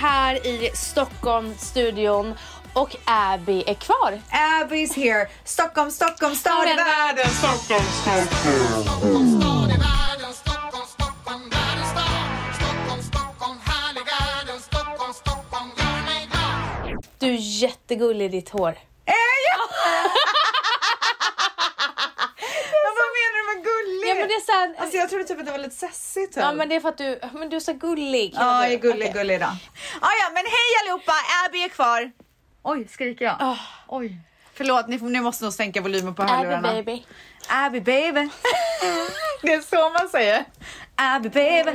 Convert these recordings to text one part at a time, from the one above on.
här i Stockholm-studion och Abby är kvar. Abby's here. Stockholm, stad i världen. Du är jättegullig i ditt hår. Vad menar du med gullig? Ja, men det är så här, alltså jag trodde typ att det var lite sessigt. Typ. Ja, men det är för att du är så gullig. Ja, jag är gullig då. Ja, men hej allihopa. Abby är kvar. Oj, skriker jag. Oj. Förlåt, ni måste nog sänka volymen på hörlurarna. Abby baby. Abby baby. Det är så man säger. Abby baby.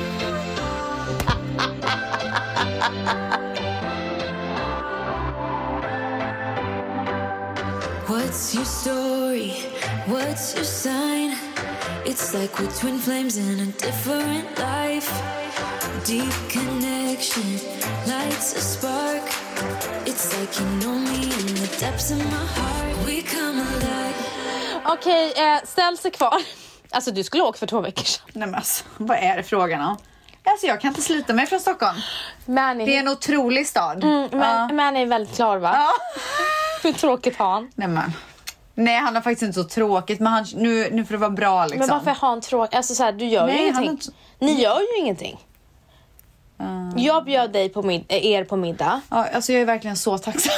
What's your story? What's your sign? It's like we're twin flames in a different life. Deep connection lights a spark. It's like you know me in the depths of my heart. We come alive. Okej, ställ sig kvar. Alltså du skulle åka för 2 veckor sedan. Nej men alltså, vad är det frågan om? Alltså jag kan inte slita mig från Stockholm. Manny. Det är en otrolig stad. Men är väldigt klar va? Ja. Hur tråkigt har han? Nej, han har faktiskt inte så tråkigt. Men han, nu får det vara bra liksom. Men varför har han tråkigt? Alltså så här, du gör ju ingenting. Inte... Ni gör ju ingenting. Jag bjöd dig på er på middag. Ja, alltså jag är verkligen så tacksam.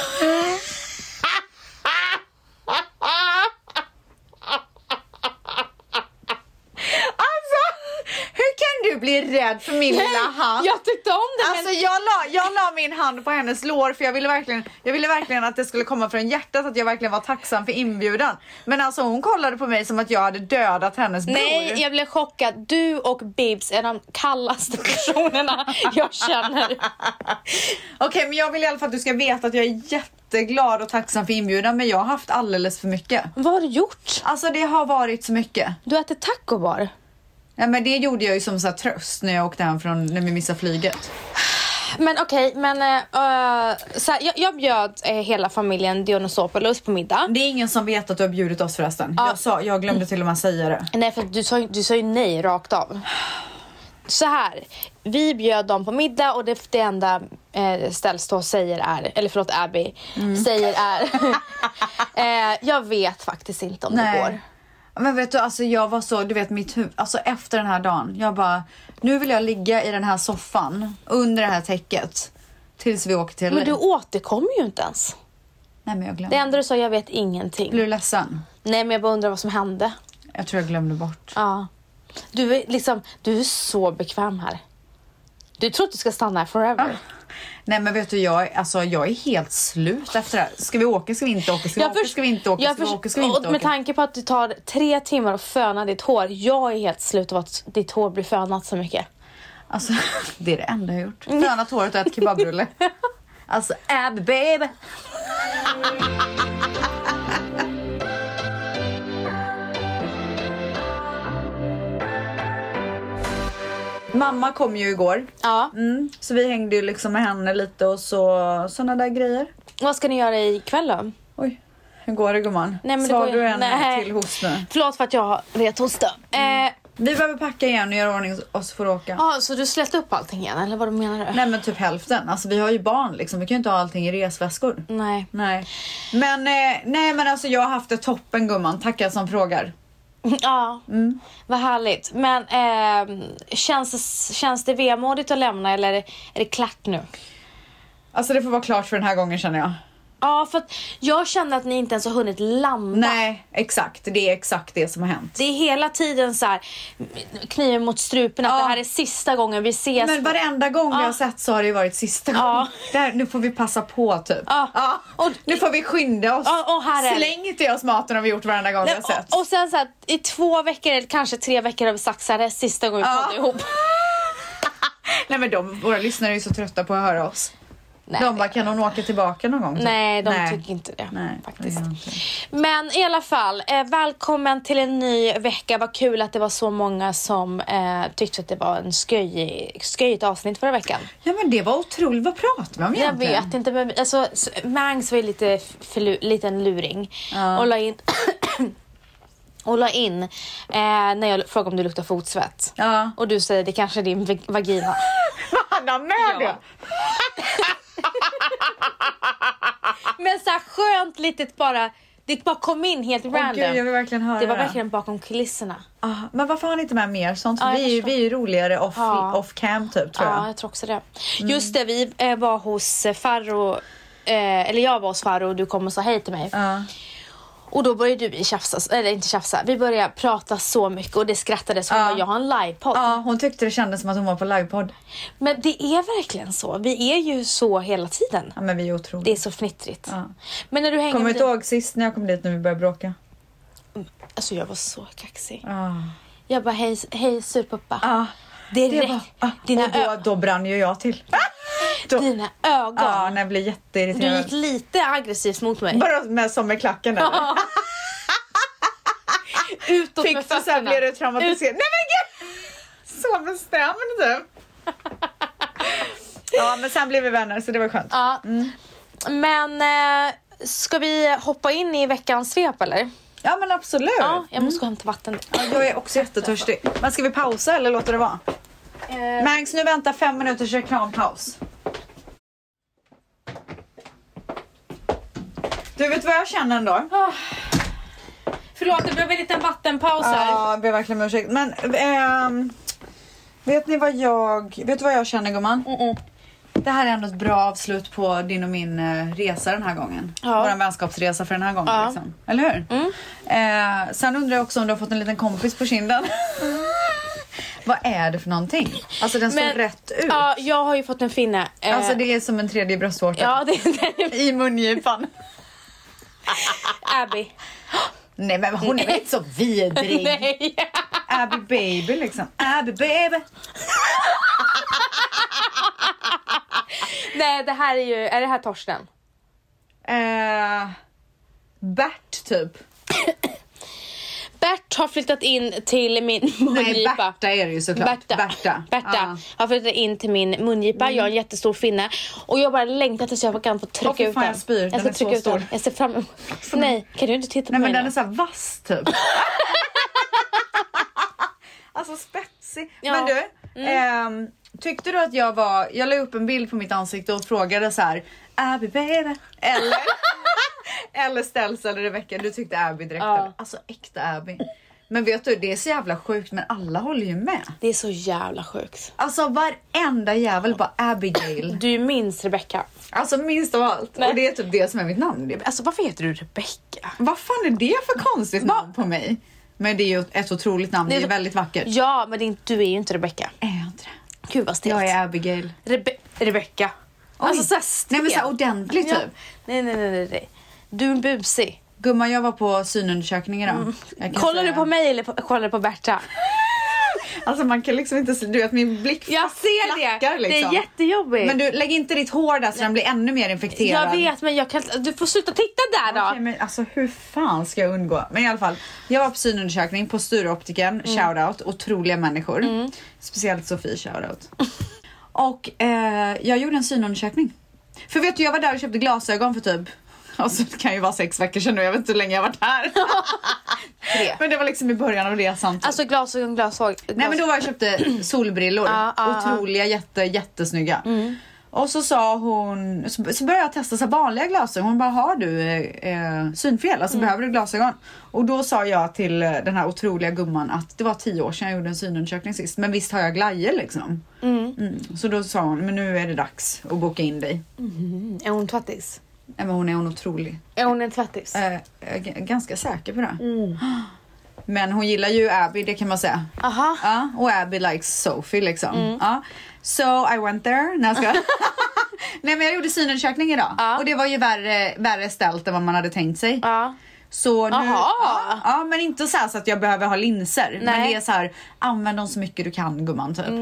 Du blir rädd för min lilla hand. Jag tyckte om det. Alltså jag la min hand på hennes lår för jag ville verkligen att det skulle komma från hjärtat, att jag verkligen var tacksam för inbjudan. Men alltså hon kollade på mig som att jag hade dödat hennes bror. Nej, jag blev chockad. Du och Bibs är de kallaste personerna jag känner. Okej, men jag vill i alla fall att du ska veta att jag är jätteglad och tacksam för inbjudan, men jag har haft alldeles för mycket. Vad har du gjort? Alltså det har varit så mycket. Du äter taco bar. Ja, men det gjorde jag ju som så här tröst när jag åkte hem när vi missade flyget. Men okej, så här, jag bjöd hela familjen Dionysopoulos på middag. Det är ingen som vet att du har bjudit oss förresten. Jag glömde till och med säga det. Nej, för du sa ju nej rakt av. Så här, vi bjöd dem på middag och det enda Ställstå säger är, eller förlåt Abby säger är jag vet faktiskt inte om det går. Men vet du, alltså jag var så, du vet mitt huvud, alltså efter den här dagen, jag bara, nu vill jag ligga i den här soffan under det här täcket tills vi åker till. Men du återkommer ju inte ens. Nej, men jag glömde. Det enda du sa, jag vet ingenting. Blir du ledsen? Nej, men jag bara undrar vad som hände. Jag tror jag glömde bort. Ja. Du är så bekväm här. Du tror att du ska stanna här forever. Nej, men vet du, jag är helt slut efter det här. Ska vi åka? Ska vi inte åka? Ska vi inte åka? Med tanke på att det tar 3 timmar att föna ditt hår. Jag är helt slut av att ditt hår blir fönat så mycket. Alltså, det är det enda jag har gjort. Fönat håret och ett kebabrulle. Alltså, Abby baby. Mamma kom ju igår. Ja. Så vi hängde ju liksom med henne lite och såna där grejer. Vad ska ni göra ikväll då? Oj, hur går det gumman? Nej, men Svar du en till host nu? Förlåt för att jag har rethosta. Vi behöver packa igen och göra ordning oss för att åka. Ja, så du släppte upp allting igen, eller vad du menar du? Nej, men typ hälften. Alltså vi har ju barn liksom, vi kan ju inte ha allting i resväskor. Nej. Men alltså jag har haft det toppen gumman, tackar som frågar. Ja, vad härligt. Men känns det vemodigt att lämna eller är det klart nu? Alltså det får vara klart för den här gången känner jag. Ja, för att jag känner att ni inte ens har hunnit landa. Nej, exakt. Det är exakt det som har hänt. Det är hela tiden så här kniven mot strupen att det här är sista gången vi ses. Men varenda gång vi har sett så har det ju varit sista gången. Nu får vi passa på typ. Och nu får vi skynda oss. Släng inte oss maten har vi gjort varenda gång vi har sett. Och sen så här, i 2 veckor eller kanske 3 veckor har vi sagt så här, det är sista gången vi poddar ihop. Nej, men våra lyssnare är ju så trötta på att höra oss. Nej, de bara, kan hon åka tillbaka någon gång? Nej, de tycker inte det. Nej, faktiskt. Det men i alla fall, välkommen till en ny vecka. Vad kul att det var så många som tyckte att det var en skojigt avsnitt förra veckan. Ja, men det var otroligt. Vad pratar vi om egentligen? Jag vet inte, men alltså, Mangs var ju lite en luring. Och la in när jag frågade om du luktar fotsvett. Ja. Och du säger det kanske är din vagina. gärna med det. Men så här skönt litet bara. Det bara kom in helt random. Gud, jag vill verkligen höra det var verkligen bakom kulisserna. Men varför har ni inte med mer sånt? Ja, Vi är ju roligare off cam typ, tror jag. Ja, jag tror också det. Just det, vi var hos Farro. Eller jag var hos Farro och du kom och sa hej till mig. Och då började vi tjafsa, eller inte tjafsa. Vi började prata så mycket och det skrattades. Jag har en livepodd. Ja, hon tyckte det kändes som att hon var på livepodd. Men det är verkligen så. Vi är ju så hela tiden. Ja, men vi är otroliga. Det är så fnittrigt. Ja. Men när du hänger Kommer du ihåg sist när jag kom dit när vi började bråka? Alltså jag var så kaxig. Ja. Jag bara, hej surpuppa. Ja. Direkt. Och då brann ju jag till. Dina ögon. Ja, när jag blev jätteirriterad. Du gick lite aggressivt mot mig. Bara som med klacken eller? Utåt Fick med du sen fötterna. blev du traumatiserad. Nej men gud! Så bestämd typ. Ja, men sen blev vi vänner så det var skönt. Ja. Men ska vi hoppa in i veckans svep eller? Ja men absolut. Ja, jag måste gå hämta vatten. Ja, jag är också jättetörstig. Men ska vi pausa eller låter det vara? Mangs, nu väntar 5 minuters reklampaus. Du vet vad jag känner ändå? Förlåt, det blev en liten vattenpaus här. Ja, jag ber verkligen om ursäkt. Men vet du vad jag känner, gumman? Det här är ändå ett bra avslut på din och min resa den här gången. Ja. Vår vänskapsresa för den här gången. Ja. Liksom. Eller hur? Sen undrar jag också om du har fått en liten kompis på kinden. Vad är det för någonting? Alltså den står rätt ut. Ja, jag har ju fått en finne. Alltså det är som en 3D bröstvårta. Ja, det är I mungipan. Abby. Nej men hon är väl inte så vidrig. Nej. Abby baby liksom. Abby baby. Nej, det här är det här Torsten? Bert typ. Bert har flyttat in till min mungipa. Nej, Berta är det ju såklart. Berta Ja. har flyttat in till min mungipa. Jag har en jättestor finne. Och jag bara längtar tills jag kan få trycka ut fan, den. jag spyr. Jag Den ska är trycka så ut den. stor. Jag ser fram emot. Nej, kan du inte titta på Nej mig men den nu? är så här vass typ. Alltså spetsig. Ja. Men du, tyckte du att jag la upp en bild på mitt ansikte och frågade så här: Abby baby eller Ställs eller Rebecca. Du tyckte Abby direkt. Ja. Alltså äkta Abby. Men vet du, det är så jävla sjukt, men alla håller ju med. Det är så jävla sjukt. Alltså varenda jävel bara Abigail. Du minns Rebecca. Alltså minst av allt. Nej. Och det är typ det som är mitt namn. Alltså varför heter du Rebecca? Vad fan är det för konstigt namn på mig? Men det är ju ett otroligt namn, det är väldigt vackert. Ja, men du är ju inte Rebecca. Är jag inte det? Gud vad stelt. Jag är Abigail. Rebecca. Oj. Alltså såhär stelt. Nej men såhär ordentligt typ. Nej. Du är en busig. Gumman, jag var på synundersökning idag. Kollar du på mig eller kollar du på Berta? Alltså man kan liksom inte, du vet min blick Jag ser flackar, det. liksom. Det är jättejobbigt. Men du, lägg inte ditt hår där så den blir ännu mer infekterad. Jag vet, men du får sluta titta där då. Okej, men alltså hur fan ska jag undgå? Men i alla fall, jag var på synundersökning på Stureoptiken, shoutout, otroliga människor. Speciellt Sofie, shoutout. Och jag gjorde en synundersökning. För vet du, jag var där och köpte glasögon för typ, alltså det kan ju vara 6 veckor sedan nu, jag vet inte hur länge jag har varit här. 3. Men det var liksom i början av resan typ. Alltså glasögon. Nej men då var jag köpte solbrillor. Otroliga, jättesnygga. Och så sa hon, så började jag testa så vanliga glasögon. Hon bara, har du synfel? Alltså behöver du glasögon? Och då sa jag till den här otroliga gumman att det var 10 år sedan jag gjorde en synundersökning sist. Men visst har jag glajer liksom. Så då sa hon, men nu är det dags att boka in dig. Är hon tvättis? Nej men hon är otrolig. Är hon en tvättis? Ganska säker på det. Men hon gillar ju Abby, det kan man säga. Aha. Ja, och Abby likes Sophie liksom. Ja. So I went there. Nej, Nej men jag gjorde synundersökning idag. Och det var ju värre ställt än vad man hade tänkt sig. Så nu, ja, men inte så här så att jag behöver ha linser. Nej. Men det är så här, använd dem så mycket du kan, gumman typ.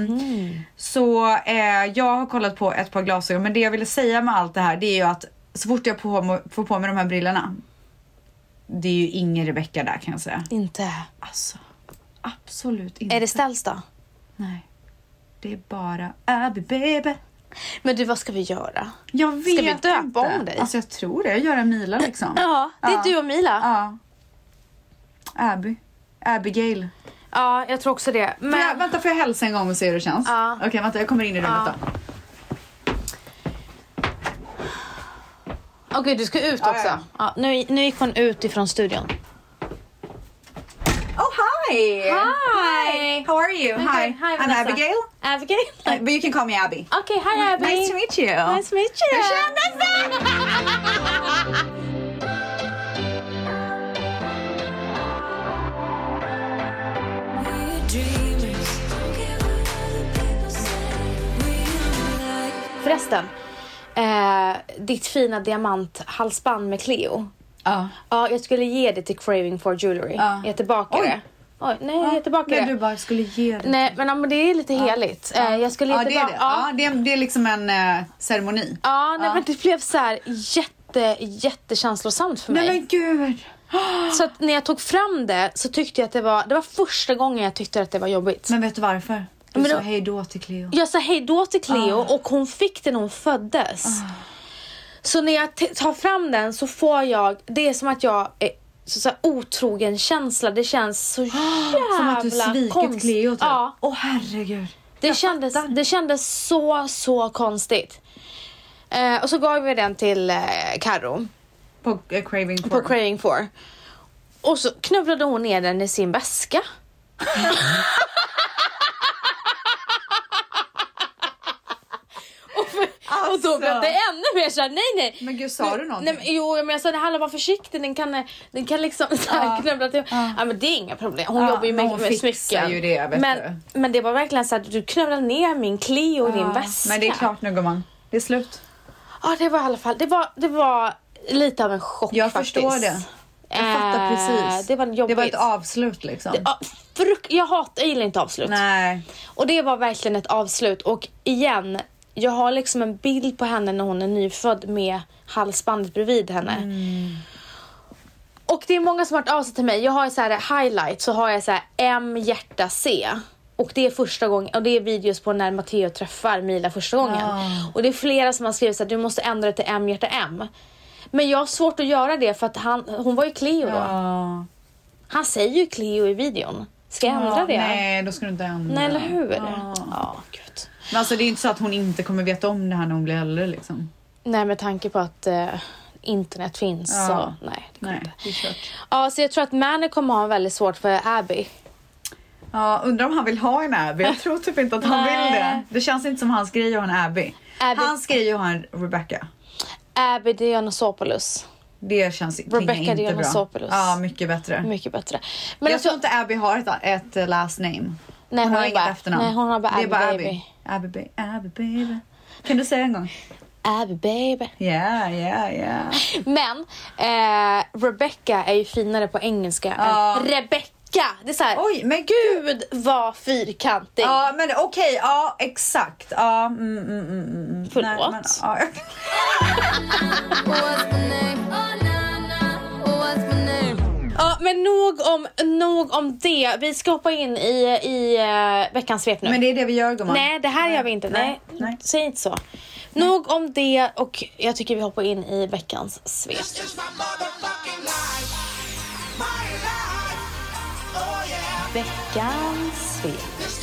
Så jag har kollat på ett par glasögon. Men det jag ville säga med allt det här, det är ju att så fort jag får på mig de här brillorna, det är ju ingen Rebecca där kan jag säga. Inte. Alltså, absolut inte. Är det ställs då? Nej, det är bara Abby baby. Men du, vad ska vi göra? Jag vet Ska vi döpa inte. om dig? Alltså jag tror det, jag gör en Mila liksom. Ja, det är du och Mila. Ja. Abigail. Ja, jag tror också det. Men... Vänta, får jag hälsa en gång och se hur det känns? Ja. Okej, vänta, jag kommer in i rummet då. Okej, du ska ut också. Ja. Ja, nu gick hon ut ifrån studion. Oh, hi! Hi! How are you? Hi, Hi. hi, I'm Vanessa. Abigail. Abigail? But you can call me Abby. Okay, hi Abby. Nice to meet you. Nice to meet you. Hur kändes det? Förresten, ditt fina diamanthalsband med Cleo. Ja. Ja, jag skulle ge det till Craving for Jewelry. Ja. Jag är tillbaka Oj. det. Oj, nej, jag är tillbaka Men det. du bara skulle ge det. Nej, men det är lite heligt. Jag skulle ge det är tillbaka. det. Ja, det är liksom en ceremoni. Ja, nej, men det blev så här jättekänslosamt för mig. Nej men gud. Så att när jag tog fram det så tyckte jag att det var första gången jag tyckte att det var jobbigt. Men vet du varför? Du Men sa då- hej då till Cleo. Jag sa hej då till Cleo och hon fick den när hon föddes. Så när jag tar fram den så får jag, det är som att jag är så här otrogen känsla. Det känns så jävla Som att du svikit Cleo typ. Ja, Åh herregud. det kändes så konstigt. Och så gav vi den till Karo På Craving for. på Craving for. Och så knövlade hon ner den i sin väska. Och då blev det ännu mer såhär, nej. Men gud, sa du någonting? Nej, jo, men jag sa, det här var försiktig, den kan liksom såhär knövla till. Ja, men det är inga problem. Hon jobbar ju men mycket hon med fixar smycken. ju det, vet du. Men det var verkligen såhär, du knövlade ner min Cleo i din väska. Men det är klart nu gumman. Det är slut. Ja, det var i alla fall, det var lite av en chock Jag faktiskt. förstår det. Jag fattar precis. Det var jobbigt. Det var ett avslut liksom. Ja, jag gillar inte avslut. Nej. Och det var verkligen ett avslut. Och igen, jag har liksom en bild på henne när hon är nyfödd med halsbandet bredvid henne. Och det är många som har hört av sig till mig. Jag har så här highlight, så har jag så här M hjärta C. Och det är första gången, och det är videos på när Matteo träffar Mila första gången. Och det är flera som har skrivit så här, du måste ändra det till M hjärta M. Men jag har svårt att göra det för att hon var ju Cleo då. Han säger ju Cleo i videon. Ska jag ändra det? Nej, då ska du inte ändra. Nej, eller hur? Ja, gud. Men alltså det är inte så att hon inte kommer veta om det här när hon blir äldre liksom. Nej, med tanke på att internet finns så nej. Nej, det är kört. Ja, så jag tror att Manny kommer ha väldigt svårt för Abby. Ja, undrar om han vill ha en Abby. Jag tror typ inte att han vill det. Det känns inte som hans grej att ha en Abby. Hans grej är att ha en Rebecca. Abby Dionysiopoulos. Det känns Rebecca inte bra. Dionysiopoulos. Ja, mycket bättre. Mycket bättre. Men jag alltså, tror inte Abby har ett last name. nej, Hon har är inget bara, efternamn. Nej, hon har bara det är Abby bara baby. Abby baby. Kan du säga en gång? Abby baby. Yeah. Men Rebecca är ju finare på engelska än Rebecca. Det är så här, Oj, men gud vad fyrkantig. Ja, men okej, ja, exakt. Ja, Förlåt. Nej, men, ja. Ja, men nog om det. Vi ska hoppa in i veckans svep nu. Men det är det vi gör, gumman. Nej, det här gör vi inte. Nej. Säg inte så. Nog om det, och jag tycker vi hoppar in i veckans svep. Veckans svep.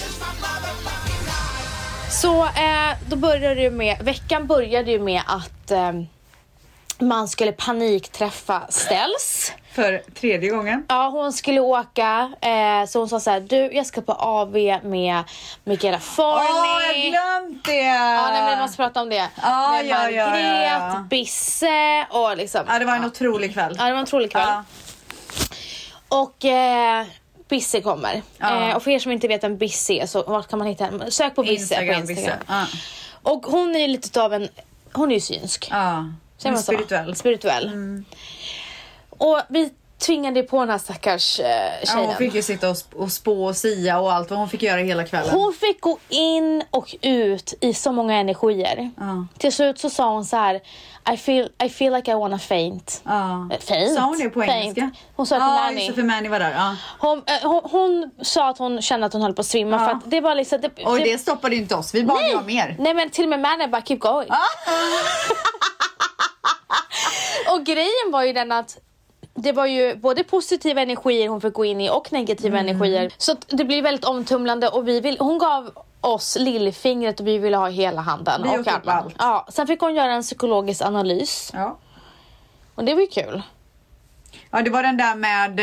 Så då började det med, veckan började ju med att man skulle panikträffa Ställs. För tredje gången. Ja, hon skulle åka, så hon sa så här: du, jag ska på AV med Michaela Forni. Jag glömt det. Ja, nej, men jag måste prata om det. Med Margret, Bisse och liksom. Ja, det var en otrolig kväll. Ja, det var en otrolig kväll. Ja. Och Bisse kommer. Och för er som inte vet vem Bisse är, så vart kan man hitta henne? Sök på Bisse på Instagram. Bisse. Ja. Och hon är lite av hon är ju synsk. Ja. Säger man så? Spirituell. Och vi tvingade på den här stackars tjejen. Ja, hon fick ju sitta och spå och sia och allt vad hon fick göra hela kvällen. Hon fick gå in och ut i så många energier. Till slut så sa hon så här: I feel like I wanna faint. Faint? Sa hon det på engelska? Hon sa till Manny. Ja, för Manny var där. Ja. Hon sa att hon kände att hon höll på att svimma. För att det var liksom... Och det stoppade ju inte oss. Vi bad ju ha mer. Nej, men till och med Manny bara keep going. Och grejen var ju den att det var ju både positiva energier hon fick gå in i och negativa energier. Så att det blir väldigt omtumlande och hon gav oss lillfingret och vi ville ha hela handen. Vi och allt. Ja, sen fick hon göra en psykologisk analys. Ja. Och det var ju kul. Ja, det var den där med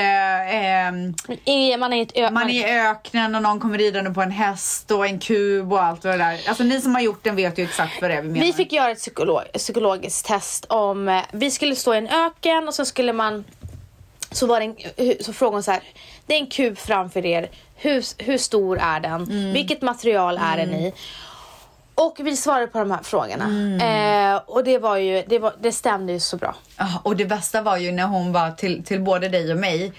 man är i öknen och någon kommer ridande på en häst och en kub och allt vad det där. Alltså ni som har gjort den vet ju exakt vad det är vi menar. Vi fick göra ett psykologiskt test om vi skulle stå i en öken och så skulle man så frågade hon så här: det är en kub framför er. Hur stor är den? Vilket material är den i? Och vi svarade på de här frågorna. Och det stämde ju så bra. Och det bästa var ju när hon var till både dig och mig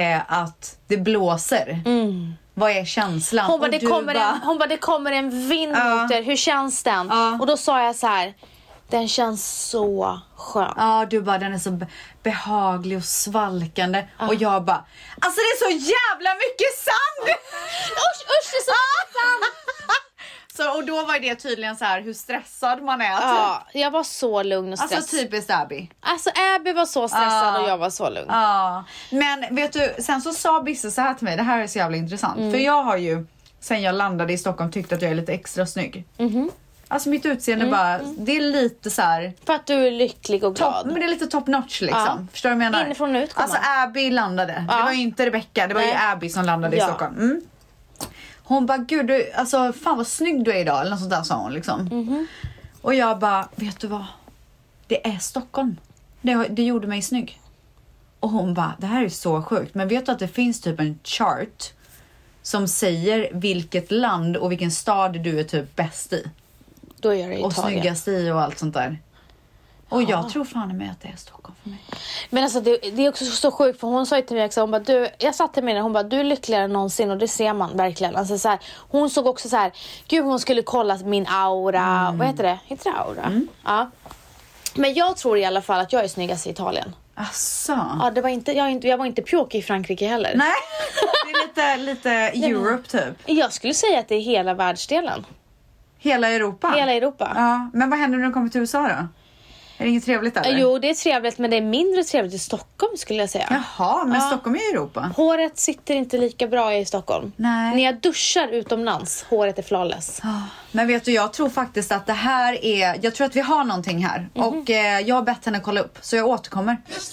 att det blåser. Vad är känslan? Hon bara, det kommer en vind mot er. Hur känns den? Och då sa jag så här: den känns så skön. Ja, du bara, den är så behaglig och svalkande. Och jag bara, alltså det är så jävla mycket sand! Usch, det är så mycket sand! Så, och då var det tydligen så här hur stressad man är. Ja, jag var så lugn och stressad. Alltså typiskt Abby. Alltså Abby var så stressad och jag var så lugn. Ja, men vet du, sen så sa Bisse så här till mig, det här är så jävla intressant. För jag har ju, sen jag landade i Stockholm, tyckt att jag är lite extra snygg. Alltså mitt utseende bara, det är lite så här. För att du är lycklig och glad. Men det är lite top notch liksom. Förstår du vad jag menar? Inifrån och ut. Alltså Abby landade. Det var ju inte Rebecca, det var ju Abby som landade i Stockholm. Hon bara, gud du, alltså fan vad snygg du är idag. Eller något sånt där sa hon liksom. Och jag bara, vet du vad? Det är Stockholm. Det gjorde mig snygg. Och hon bara, det här är så sjukt. Men vet du att det finns typ en chart som säger vilket land och vilken stad du är typ bäst i. Då är det Italien. Och snyggast i och allt sånt där. Och jag tror fan med att det är Stockholm för mig. Men alltså det är också så sjukt, för hon sa ju till mig också, hon bara, jag satt till mig hon bara, du är lyckligare än någonsin, och det ser man verkligen. Alltså så här, hon såg också så här, gud hon skulle kolla min aura. Vad heter det? Heter det aura? Ja. Men jag tror i alla fall att jag är snyggast i Italien. Asså. Ja, jag var inte pjåkig i Frankrike heller. Nej, det är lite Europe typ. Jag skulle säga att det är hela världsdelen. Hela Europa? Hela Europa. Ja, men vad händer när du kommer till USA då? Är det inget trevligt eller? Jo, det är trevligt, men det är mindre trevligt i Stockholm skulle jag säga. Jaha, men Stockholm är Europa. Håret sitter inte lika bra i Stockholm. Nej. När jag duschar utomlands, håret är flawless. Men vet du, jag tror faktiskt att det här är... Jag tror att vi har någonting här. Och jag har bett henne kolla upp, så jag återkommer.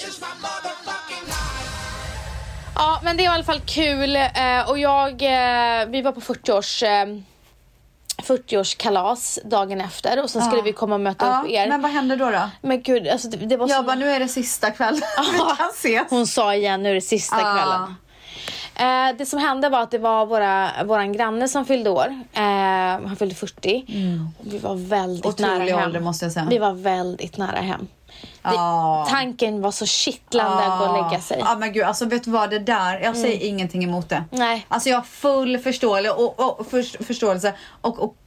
Ja, men det är i alla fall kul. Och vi var på 40-årskalas dagen efter, och sen skulle vi komma och möta upp er. Men vad hände då? Men gud, alltså det var så... Jag bara, nu är det sista kvällen. Vi kan ses. Hon sa igen, nu är det sista kvällen. Det som hände var att det var våran granne som fyllde år. Han fyllde 40. Och vi var väldigt nära hem. Ålder, måste jag säga. Vi var väldigt nära hem. Tanken var så kittlande att gå och lägga sig. Ja, men gud, alltså vet du vad, det där, jag säger ingenting emot det. Nej. Alltså jag har full förståelse och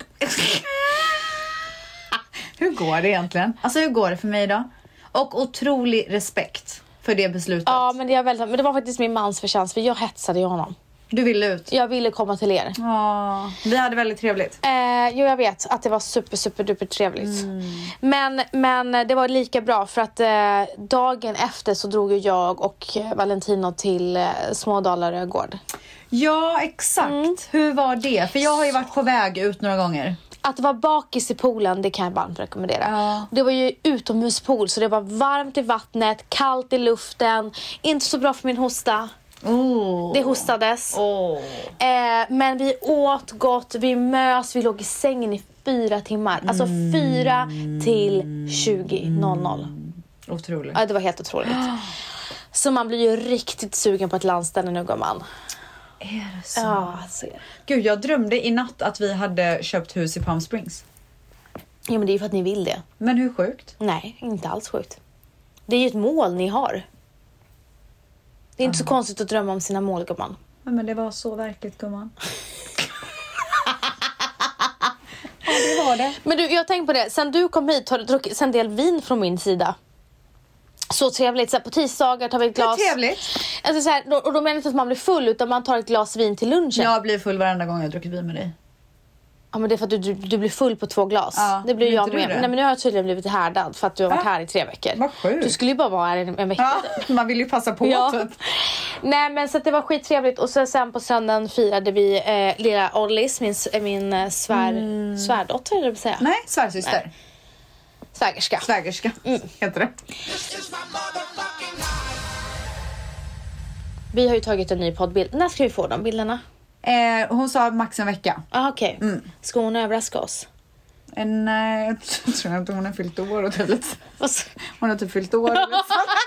hur går det egentligen? Alltså hur går det för mig då? Och otrolig respekt för det beslutet. Ja, men det var faktiskt min mans förtjänst, för jag hetsade honom. Du ville ut? Jag ville komma till er. Vi hade väldigt trevligt. Jo, jag vet att det var super duper trevligt. Men det var lika bra, för att dagen efter så drog jag och Valentino till Smådalarö gård. Ja, exakt. Hur var det? För jag har ju varit på väg ut några gånger. Att vara bakis i poolen, det kan jag varmt rekommendera. Det var ju utomhuspool, så det var varmt i vattnet, kallt i luften. Inte så bra för min hosta. Det hostades. Men vi åt gott, vi mös, vi låg i sängen i 4 timmar. Alltså 4 till 20:00. Otroligt. Ja, det var helt otroligt. Så man blir ju riktigt sugen på ett landställe nu, gumman. Är det så? Ja, gud, jag drömde i natt att vi hade köpt hus i Palm Springs. Ja, men det är ju för att ni vill det. Men hur sjukt? Nej, inte alls sjukt. Det är ju ett mål ni har. Det är inte så konstigt att drömma om sina mål, gumman. Ja, men det var så verkligt, gumman. Ja, det var det. Men du, jag tänkte på det. Sen du kom hit har du druckit en del vin från min sida. Så trevligt. Så här, på tisdagar tar vi ett glas. Det är trevligt. Alltså, så här, och då menar inte att man blir full, utan man tar ett glas vin till lunchen. Jag blir full varenda gång jag har druckit vin med dig. Ja, men det är för att du blir full på 2 glas. Ja, det blir jag blir med. det? Nej, men nu har jag tydligen blivit härdad för att du har varit här i 3 veckor. Vad sjukt. Du skulle ju bara vara här en vecka. Ja, man vill ju passa på typ. Nej, men så att det var skittrevligt. Och så sen på söndagen firade vi lilla Ollis, min svärdotter, eller vad säga. Nej, svärsyster. Svägerska. Svägerska heter det. Vi har ju tagit en ny poddbild. När ska vi få de bilderna? Hon sa max en vecka. Okej. Ska hon överraska oss? Nej, jag tror inte hon har fyllt år och typ lite. Hon har typ fyllt år och lite.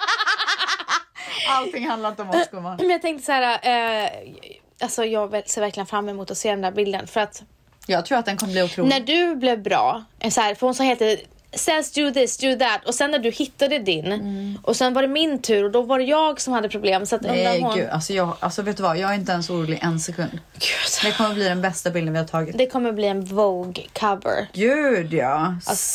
Allting handlar inte om oss, gumman. Men jag tänkte så här, alltså jag ser verkligen fram emot att se den där bilden, för att jag tror att den kommer bli otrolig. när du blev bra, så här, för hon sa heter says do this, do that, och sen när du hittade din och sen var det min tur och då var det jag som hade problem, så att nej gud, alltså vet du vad, jag är inte ens orolig en sekund. Gud. Det kommer bli den bästa bilden vi har tagit. Det kommer bli en Vogue cover. Gud ja,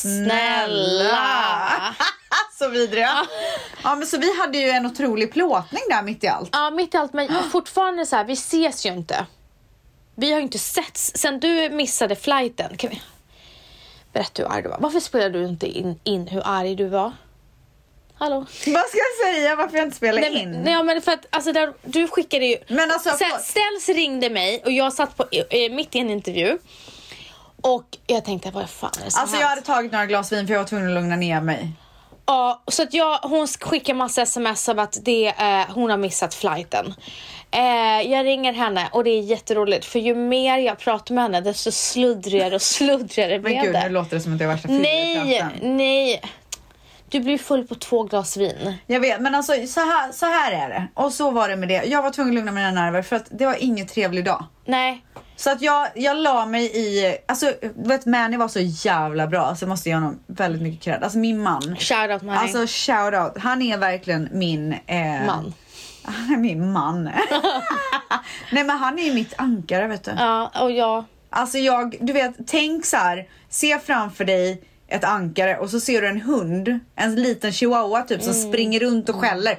snälla. Så vidriga. Ja, men så vi hade ju en otrolig plåtning där mitt i allt. Ja, mitt i allt, men fortfarande så här, vi ses ju inte. Vi har ju inte setts sen du missade flighten. Kan vi berätta hur arg du var? Varför spelade du inte in hur arg du var? Hallå? Vad ska jag säga? Varför jag inte spelar in? Nej, men för att alltså, du skickade ju... Men alltså, Ställs ringde mig och jag satt mitt i en intervju. Och jag tänkte, vad fan är det som alltså jag hade tagit några glas vin för jag var tvungen att lugna ner mig. Ja, så att hon skickar massa sms av att hon har missat flighten. Jag ringer henne och det är jätteroligt, för ju mer jag pratar med henne desto sluddrigare och sluddrigare blev det. Men gud, nu låter det som att det är värsta Nej. Du blir full på 2 glas vin. Jag vet, men alltså så här är det. Och så var det med det. Jag var tvungen att lugna mina nerver för att det var ingen trevlig dag. Nej. Så att jag la mig i... Alltså, vet, Manny var så jävla bra. Så jag måste ge honom väldigt mycket cred. Alltså min man. Shoutout Manny. Alltså shoutout. Han är verkligen min... man. Han är min man. Nej, men han är ju mitt ankare, vet du. Ja, och jag... Alltså du vet, tänk så här. Se framför dig ett ankare och så ser du en hund. En liten chihuahua typ som springer runt och skäller.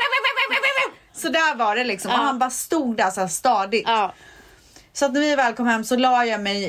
Så där var det liksom. Och han bara stod där så här stadigt. Ja. Så att när vi väl kom hem så la jag mig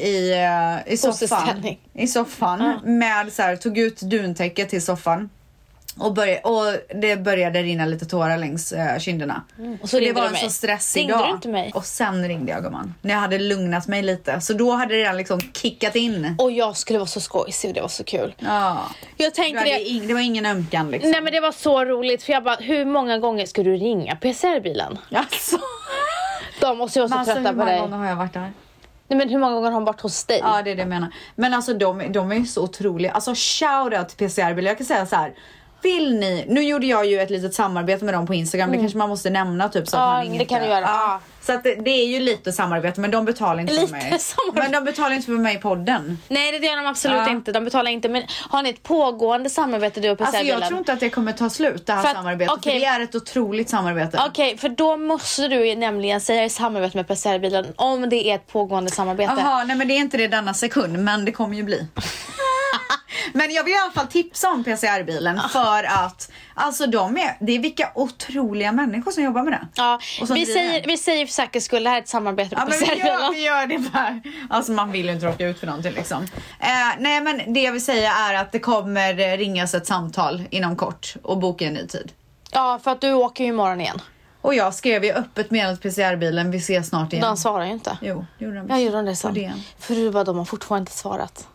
i soffan med så här, tog ut duntäcket till soffan och det började rinna lite tårar längs kinderna. Och så det var en mig. så stressig ringde dag. Du inte mig? Och sen ringde jag, gumman. När jag hade lugnat mig lite. Så då hade det redan liksom kickat in. Och jag skulle vara så skojsig och det var så kul. Ja. Jag tänkte det var ingen ömkan liksom. Nej, men det var så roligt, för jag bara, hur många gånger ska du ringa PCR-bilen? Alltså. De måste ju vara så trötta på dig. Hur många gånger har jag varit där? Nej, men hur många gånger har hon varit hos dig? Ja, det är det jag menar. Men alltså de är ju så otroliga. Alltså shoutout till PCR-bilar. Jag kan säga så här. Vill ni, nu gjorde jag ju ett litet samarbete med dem på Instagram. Det kanske man måste nämna typ så att man det kan du göra. Ja. Så att det är ju lite samarbete, men de betalar inte för mig. Men de betalar inte för mig i podden. Nej, det gör de absolut inte. De betalar inte. Men har ni ett pågående samarbete du och PCR-bilen? Alltså jag tror inte att det kommer ta slut, det här samarbetet. För det är ett otroligt samarbete. Okej, för då måste du nämligen säga i samarbete med PCR-bilen om det är ett pågående samarbete. Jaha, nej men det är inte det denna sekund, men det kommer ju bli. Men jag vill i alla fall tipsa om PCR-bilen för att alltså det är vilka otroliga människor som jobbar med det. Ja, vi säger för säkerhets skull, det här är ett samarbete med PCR-bilen. Vi gör det bara. Alltså man vill ju inte råka ut för någonting liksom. Nej, men det jag vill säga är att det kommer ringas ett samtal inom kort och boka en ny tid. Ja, för att du åker ju imorgon igen. Och jag skrev ju öppet med PCR-bilen, vi ses snart igen. De svarar ju inte. Jo, gjorde de. Ja, gjorde de det sen. För du bara, de har fortfarande inte svarat.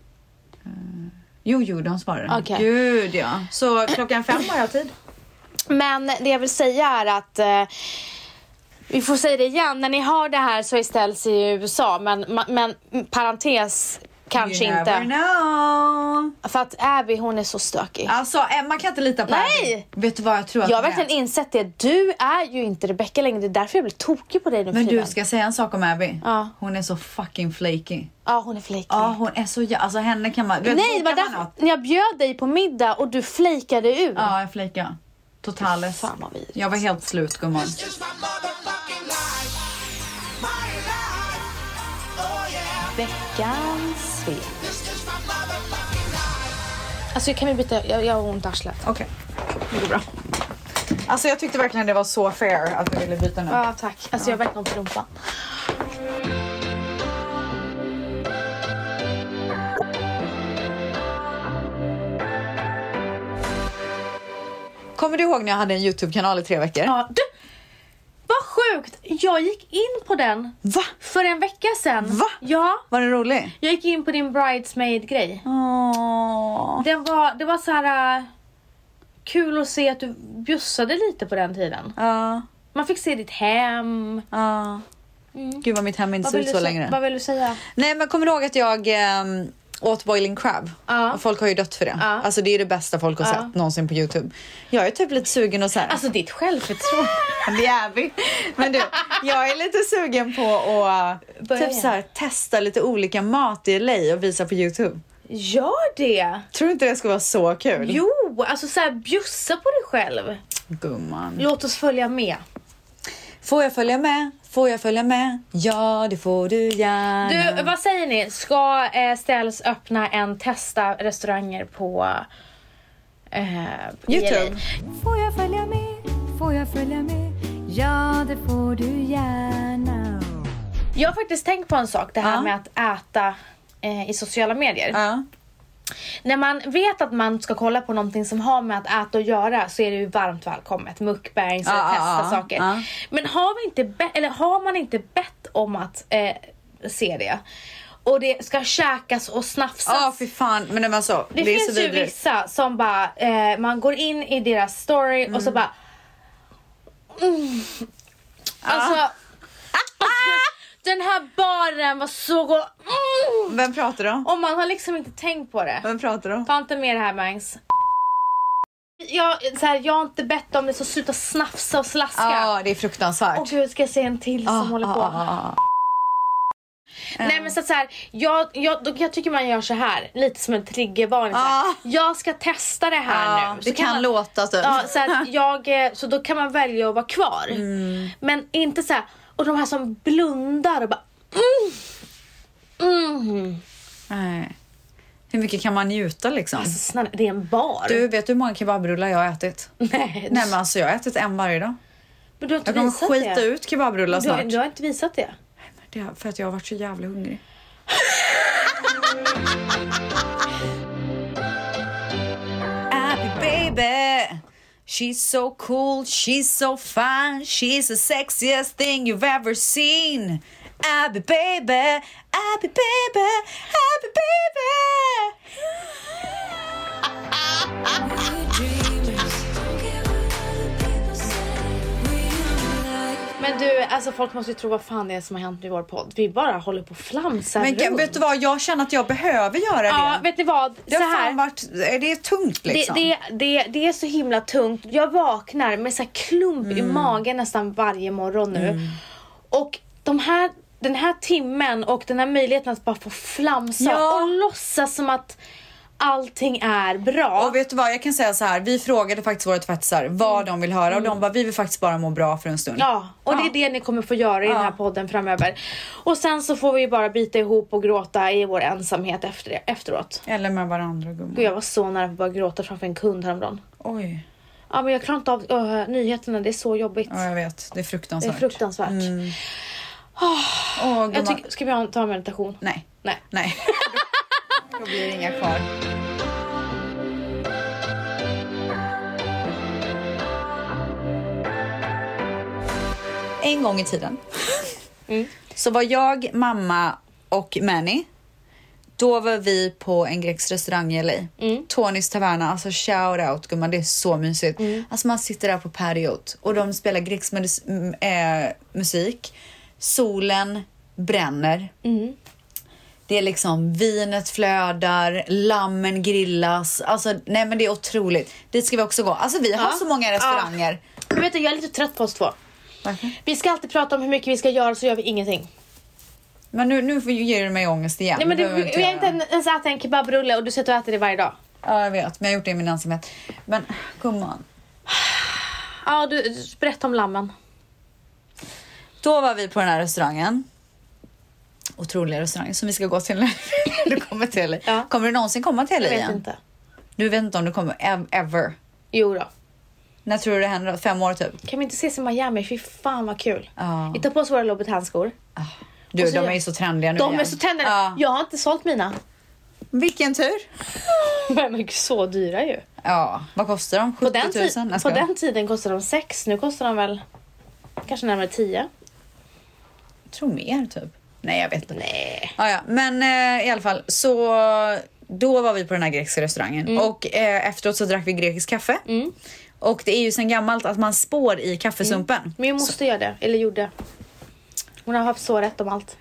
Jo, de svarar. Okay. Gud, ja. Så 5:00 har jag tid. Men det jag vill säga är att vi får säga det igen. När ni har det här så ställs i USA. Men parentes kanske you inte. Never know. För att Abby, hon är så stökig. Alltså, man kan inte lita på Nej. Abby. Vet du vad jag tror att jag har verkligen insett det. Du är ju inte Rebecca längre. Det är därför jag blir tokig på dig nu. Men du ska säga en sak om Abby. Ja. Hon är så fucking flaky. Ja, hon är flaky. Ja, hon är så... Alltså henne kan man... Nej, det var därför när jag bjöd dig på middag och du flakade ur. Ja, jag flakade. Totalt. Fan vad vidrigt. Jag var helt slut, gumman. Veckans svep. Alltså kan vi byta? Jag har ont i arslet. Okej, det går bra. Alltså jag tyckte verkligen det var så fair att du ville byta nu. Ja, tack. Alltså jag har verkligen ont i rumpan. Kommer du ihåg när jag hade en YouTube-kanal i 3 veckor? Ja, du, vad sjukt! Jag gick in på den. Va? För en vecka sedan. Va? Ja. Var det rolig? Jag gick in på din bridesmaid-grej. Åh. Det var så här kul att se att du bjussade lite på den tiden. Ja. Man fick se ditt hem. Ja. Gud vad mitt hem inte ser ut så längre. Vad vill du säga? Nej, men kommer du ihåg att jag åt boiling crab? Ja. Och folk har ju dött för det. Ja. Alltså det är det bästa folk har sett någonsin på YouTube. Jag är typ lite sugen och så här. Alltså ditt självförtroende. Det är vi. Men du, jag är lite sugen på att typ så här, testa lite olika mat i LA och visa på YouTube. Gör det. Tror du inte det ska vara så kul? Jo, alltså så här, bjussa på dig själv. Gumman. Låt oss följa med. Får jag följa med? Får jag följa med? Ja, det får du gärna. Du, vad säger ni? Ska Ställs öppna en testa restauranger på YouTube? LA? Får jag följa med? Får jag följa med? Ja, det får du gärna. Jag har faktiskt tänkt på en sak. Det här med att äta i sociala medier. Ja. När man vet att man ska kolla på någonting som har med att äta och göra, så är det ju varmt välkommet. Mukbangs eller testa saker. Men har man inte bett om att se det, och det ska käkas och snafsas. Ja, fy fan. Men alltså, det finns så ju vissa som bara man går in i deras story och så bara alltså den här baren var så god. Vem pratar du om? Och man har liksom inte tänkt på det. Vem pratar du om? Ta inte med det här, Mangs. Jag har inte bett om det, så sluta snafsa och slaska. Ja, det är fruktansvärt. Och gud, ska jag se en till som håller på. Nej, men så här, jag tycker man gör så här, lite som en triggervarning. Jag ska testa det här nu. Så det kan låta typ. Ja, så då kan man välja att vara kvar. Men inte så här. Och de här som blundar och bara Nej. Hur mycket kan man njuta liksom? Alltså snälla, det är en bar. Du, vet du hur många kebabrullar jag har ätit? Nej, men alltså jag har ätit en varje dag. Men du har inte jag kommer visat skita det. ut kebabrullar snart. Du har inte visat det. Det är för att jag har varit så jävla hungrig. Abby baby, she's so cool, she's so fine, she's the sexiest thing you've ever seen. Abby baby, Abby baby, Abby baby. Men du, alltså folk måste ju tro vad fan det är som har hänt i vår podd. Vi bara håller på att flamsa Men runt. vet du vad, jag känner att jag behöver göra det. Ja, vet ni vad? Det har fan varit, det är tungt liksom. Det är så himla tungt. Jag vaknar med så här klump i magen nästan varje morgon nu. Och den här timmen och den här möjligheten att bara få flamsa och låtsas som att allting är bra. Och vet du vad, jag kan säga så här. Vi frågade faktiskt våra tvättisar vad de vill höra. Och de bara, vi vill faktiskt bara må bra för en stund. Ja, och det är det ni kommer få göra i den här podden framöver. Och sen så får vi bara bita ihop och gråta i vår ensamhet efteråt. Eller med varandra, gumman. Gud, jag var så nära på att börja gråta framför en kund häromdagen. Oj. Ja, men jag klarar inte av nyheterna, det är så jobbigt. Ja, jag vet, det är fruktansvärt. Det är fruktansvärt. Jag tycker, ska vi ta en meditation? Nej. Då blir det inga kvar. En gång i tiden så var jag, mamma och Manny. Då var vi på en grekisk restaurang i LA. Tonys Taverna, alltså shout out gumman, det är så mysigt. Alltså man sitter där på patiot och de spelar grekisk musik. Solen bränner. Det är liksom vinet flödar, lammen grillas. Alltså nej, men det är otroligt. Dit ska vi också gå. Alltså vi har så många restauranger. Men vet du, jag är lite trött på oss två. Varför? Vi ska alltid prata om hur mycket vi ska göra, så gör vi ingenting. Men nu ger du mig ångest igen. Nej, men vi har inte ens ätit en kebabrulle och du säger att du äter det varje dag. Ja, jag vet. Men jag har gjort det i min ensamhet. Men gumman. Ja, du berätta om lammen. Då var vi på den här restaurangen. Otroliga restaurangen som vi ska gå till när du kommer till. Kommer du någonsin komma till igen? Jag vet inte. Du vet inte om du kommer ever. Jo då. När tror du det händer? 5 år typ? Kan vi inte ses i Miami? Fy fan vad kul. Vi tar på oss våra Louboutin-skor. Du, de är ju så trendiga nu. De är så trendiga. Jag har inte sålt mina. Vilken tur. Men så dyra ju. Ja, vad kostar de? 70 000? På den tiden kostade de 6. Nu kostar de väl kanske närmare 10. Jag tror mer typ. Nej, jag vet inte. Nej. Ja. Men i alla fall så då var vi på den här grekiska restaurangen och efteråt så drack vi grekisk kaffe. Och det är ju sen gammalt att man spår i kaffesumpen. Min moster gör det, eller gjorde. Hon har haft så rätt om allt.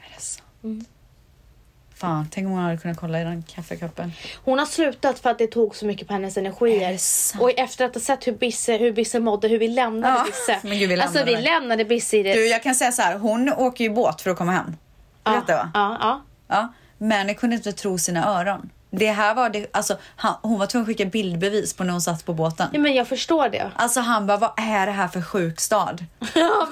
Fan, tänk om hon hade kunnat kolla i den kaffekoppen. Hon har slutat för att det tog så mycket på hennes energier. Och efter att ha sett hur Bisse mådde, hur vi lämnade Bisse. Men gud, vi lämnade Bisse i det. Du, jag kan säga så här, hon åker ju båt för att komma hem. Vet du va? Ja. Men jag kunde inte tro sina öron. Det här var det, alltså hon var tvungen att skicka bildbevis på när hon satt på båten. Ja, men jag förstår det. Alltså han bara, vad är det här för sjuk stad? Ja,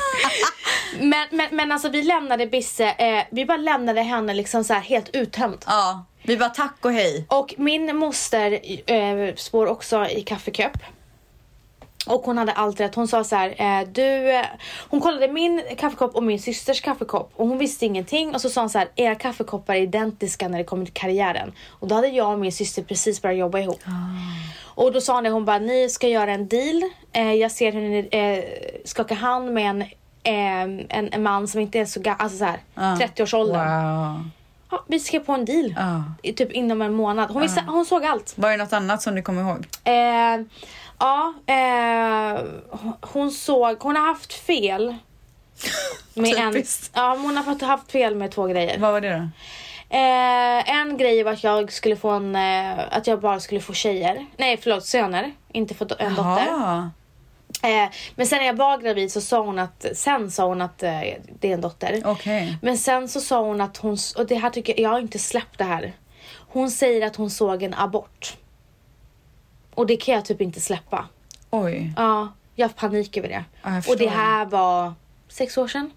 men alltså vi lämnade Bisse, vi bara lämnade henne liksom så här helt uttömt. Ja, vi bara tack och hej. Och min moster spår också i kaffeköp. Och hon hade allt rätt. Hon sa så här, hon kollade min kaffekopp och min systers kaffekopp. Och hon visste ingenting. Och så sa hon så här, era kaffekoppar är identiska när det kommer till karriären. Och då hade jag och min syster precis börjat jobba ihop. Och då sa hon bara, ni ska göra en deal. Jag ser hur ni skakar hand med en man som inte är så gammal, alltså så här, 30-årsåldern. Wow. Ja, vi skrev på en deal. Typ inom en månad. Hon såg allt. Var det något annat som du kommer ihåg? Hon har haft fel med hon har haft fel med 2 grejer. Vad var det då? En grej var att jag skulle få att jag bara skulle få söner, inte få en dotter. Men sen när jag var gravid så sa hon att det är en dotter. Okay. Men sen så sa hon att och det här tycker jag har inte släppt det här. Hon säger att hon såg en abort. Och det kan jag typ inte släppa. Oj. Ja, jag har panik över det. Och det här var 6 år sedan.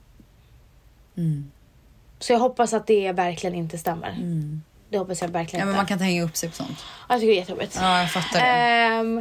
Så jag hoppas att det verkligen inte stämmer. Det hoppas jag verkligen inte. Men man kan hänga upp sig på sånt. Jag tycker det är jättejobbigt. Ja, jag fattar det.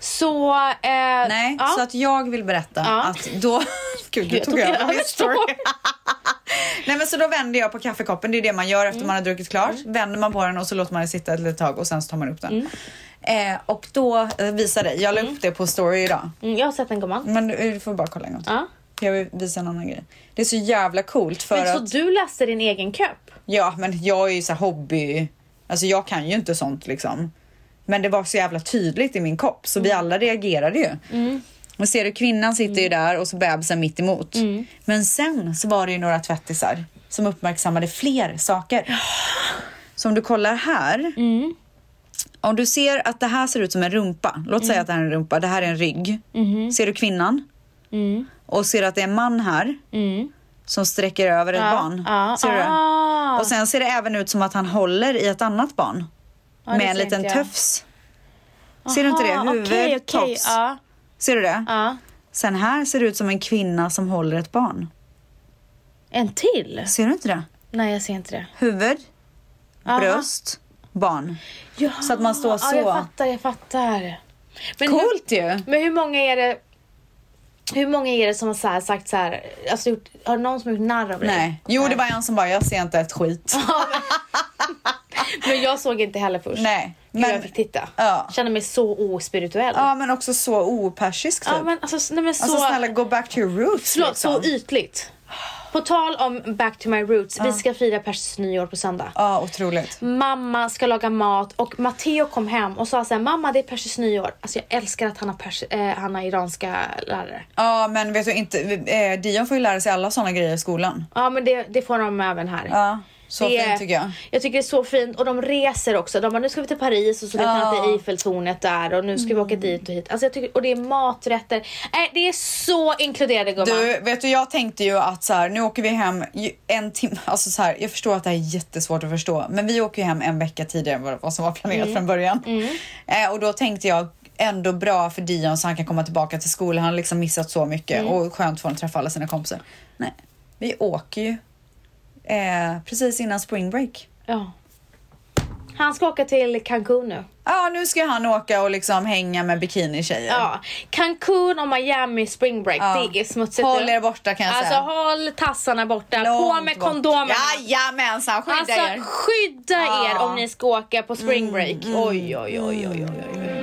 Så att jag vill berätta att då... Gud, du tog över min story. Nej, men så då vänder jag på kaffekoppen. Det är det man gör efter man har druckit klart. Vänder man på den och så låter man den sitta ett litet tag och sen så tar man upp den. Och då visar det. Jag la upp det på story idag. Jag har sett den, gumman. Men du får bara kolla en gång till. Jag vill visa en annan grej. Det är så jävla coolt för men så du läste din egen köp? Ja, men jag är ju så här hobby. Alltså jag kan ju inte sånt liksom. Men det var så jävla tydligt i min kopp. Så vi alla reagerade ju. Och ser du, kvinnan sitter ju där och så bebisen mitt emot. Men sen så var det ju några tvättisar som uppmärksammade fler saker. Så om du kollar här. Om du ser att det här ser ut som en rumpa. Låt säga att det här är en rumpa. Det här är en rygg. Ser du kvinnan? Och ser att det är en man här. Som sträcker över ett barn. Ser du det? Och sen ser det även ut som att han håller i ett annat barn. Med en liten tufs. Ser du inte det? Huvud, tops. Ser du det? Sen här ser det ut som en kvinna som håller ett barn. En till? Ser du inte det? Nej, jag ser inte det. Huvud, bröst, barn. Ja. Så att man står så. Jag fattar. Men coolt ju. Men hur många är det som har sagt så här, alltså har någon som gjort narr av det? Nej. Jo, det var en som bara, jag ser inte ett skit. Men jag såg inte heller först. Nej. Men jag fick titta. Kände mig så ospirituell. Ja, men också så opersisk typ. Ja, men alltså snälla, go back to your roots. Förlåt, liksom. Så ytligt. På tal om back to my roots. Vi ska fira Persis nyår på söndag. Ja, otroligt. Mamma ska laga mat. Och Matteo kom hem och sa så här: mamma, det är Persis nyår. Alltså jag älskar att han har iranska lärare. Ja, men vet du inte, Dion får ju lära sig alla såna grejer i skolan. Ja, men det får de även här. Ja. Så fint tycker jag. Jag tycker det är så fint. Och de reser också. De bara, nu ska vi till Paris och så vet man att det är Eiffeltornet där. Och nu ska vi åka dit och hit. Alltså jag tycker, och det är maträtter. Det är så inkluderande, gumman. Du, vet du, jag tänkte ju att så här, nu åker vi hem en timme. Alltså så här, jag förstår att det här är jättesvårt att förstå. Men vi åker ju hem en vecka tidigare än vad som var planerat från början. Och då tänkte jag, ändå bra för Dion så han kan komma tillbaka till skolan. Han har liksom missat så mycket. Och skönt för att träffa alla sina kompisar. Nej, vi åker ju. Precis innan spring break. Ja. Han ska åka till Cancun nu. Ja, nu ska han åka och liksom hänga med bikini-tjejer. Ja, Cancun och Miami spring break, det är smutsigt. Håll er borta kan jag säga. Alltså håll tassarna borta, på med kondomerna. Jajamensan, skydda er. Skydda er om ni ska åka på spring break. Oj.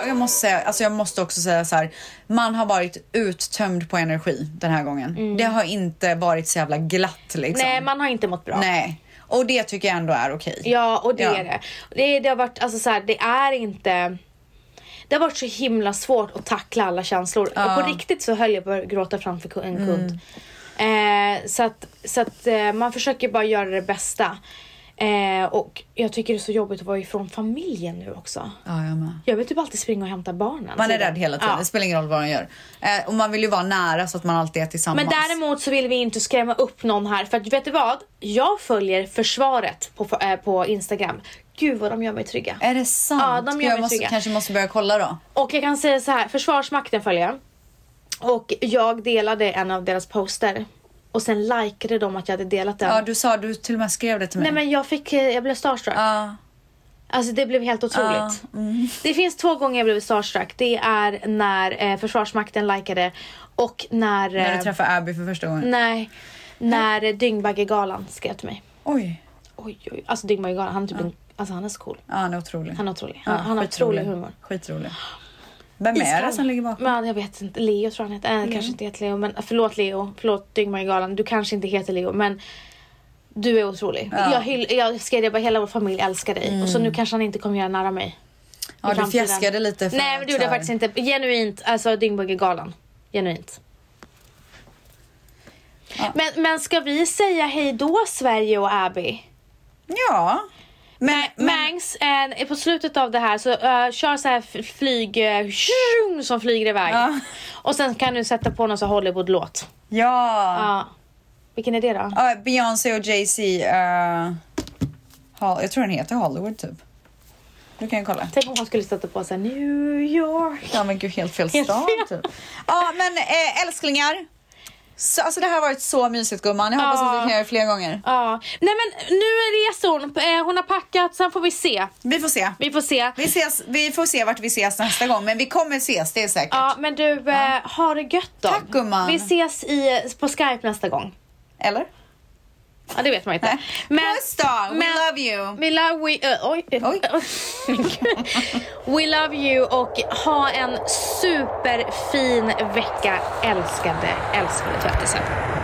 jag måste också säga så här. Man har varit uttömd på energi den här gången. Det har inte varit så jävla glatt liksom. Nej, man har inte mått bra. Nej. Och det tycker jag ändå är okej. Ja, och det är det. Det har varit, alltså så här, det är inte... Det har varit så himla svårt att tackla alla känslor. Och på riktigt så höll jag på att gråta framför en kund. Så att man försöker bara göra det bästa. Och jag tycker det är så jobbigt att vara ifrån familjen nu också. Ja, jag med. Jag vill typ alltid springa och hämta barnen. Man är rädd hela tiden, det spelar ingen roll vad de gör. Och man vill ju vara nära så att man alltid är tillsammans. Men däremot så vill vi inte skrämma upp någon här. För att vet du vad? Jag följer försvaret på Instagram. Gud vad de gör mig trygga. Är det sant? Ja, de gör mig trygga. Kanske måste börja kolla då. Och jag kan säga så här, Försvarsmakten följer jag. Och jag delade en av deras poster. Och sen likade de att jag hade delat den. Ja, du till och med skrev det till mig. Nej, men jag blev starstruck. Alltså det blev helt otroligt. Det finns 2 gånger jag blev starstruck. Det är när Försvarsmakten likade. Och när du träffade Abby för första gången. Nej, när Dyngbaggegalan skrev till mig. Oj. Alltså Dyngbaggegalan, han är typ han är så cool. Ja, han är otrolig. Han har otrolig humor. Skitrolig. Vem är det som ligger bakom? Men jag vet inte, Leo tror han heter. Kanske inte heter Leo, men förlåt Leo. Förlåt Dyngbaggegalan. Du kanske inte heter Leo, men du är otrolig. Jag skrev bara, hela vår familj älskar dig. Och så nu kanske han inte kommer göra nära mig. Ja, du fjäskade lite. Nej, men det gjorde jag faktiskt inte. Genuint, alltså Dyngbaggegalan. Genuint. Ja. Men ska vi säga hej då, Sverige och Abby? Ja. Mangs, på slutet av det här så kör så här flyg som flyger iväg. Och sen kan du sätta på någon så Hollywood-låt. Ja. Vilken är det då? Beyoncé och Jay-Z. Jag tror den heter Hollywood typ. Du kan ju kolla. Tänk om han skulle sätta på sig New York. Ja, men gud, helt fel stad typ. Ja, men älsklingar. Så, alltså det här har varit så mysigt, gumman. Jag hoppas att vi kan göra det fler gånger. Ja. Nej, men nu reser hon. Hon har packat, sen får vi se. Vi får se. Vi får se vart vi ses nästa gång. Men vi kommer ses, det är säkert. Ja, men du, ha det gött då. Tack, gumman. Vi ses på Skype nästa gång. Eller? Ja, det vet man inte. Puss då, we love you. We love you och ha en superfin vecka, älskade tvättisar.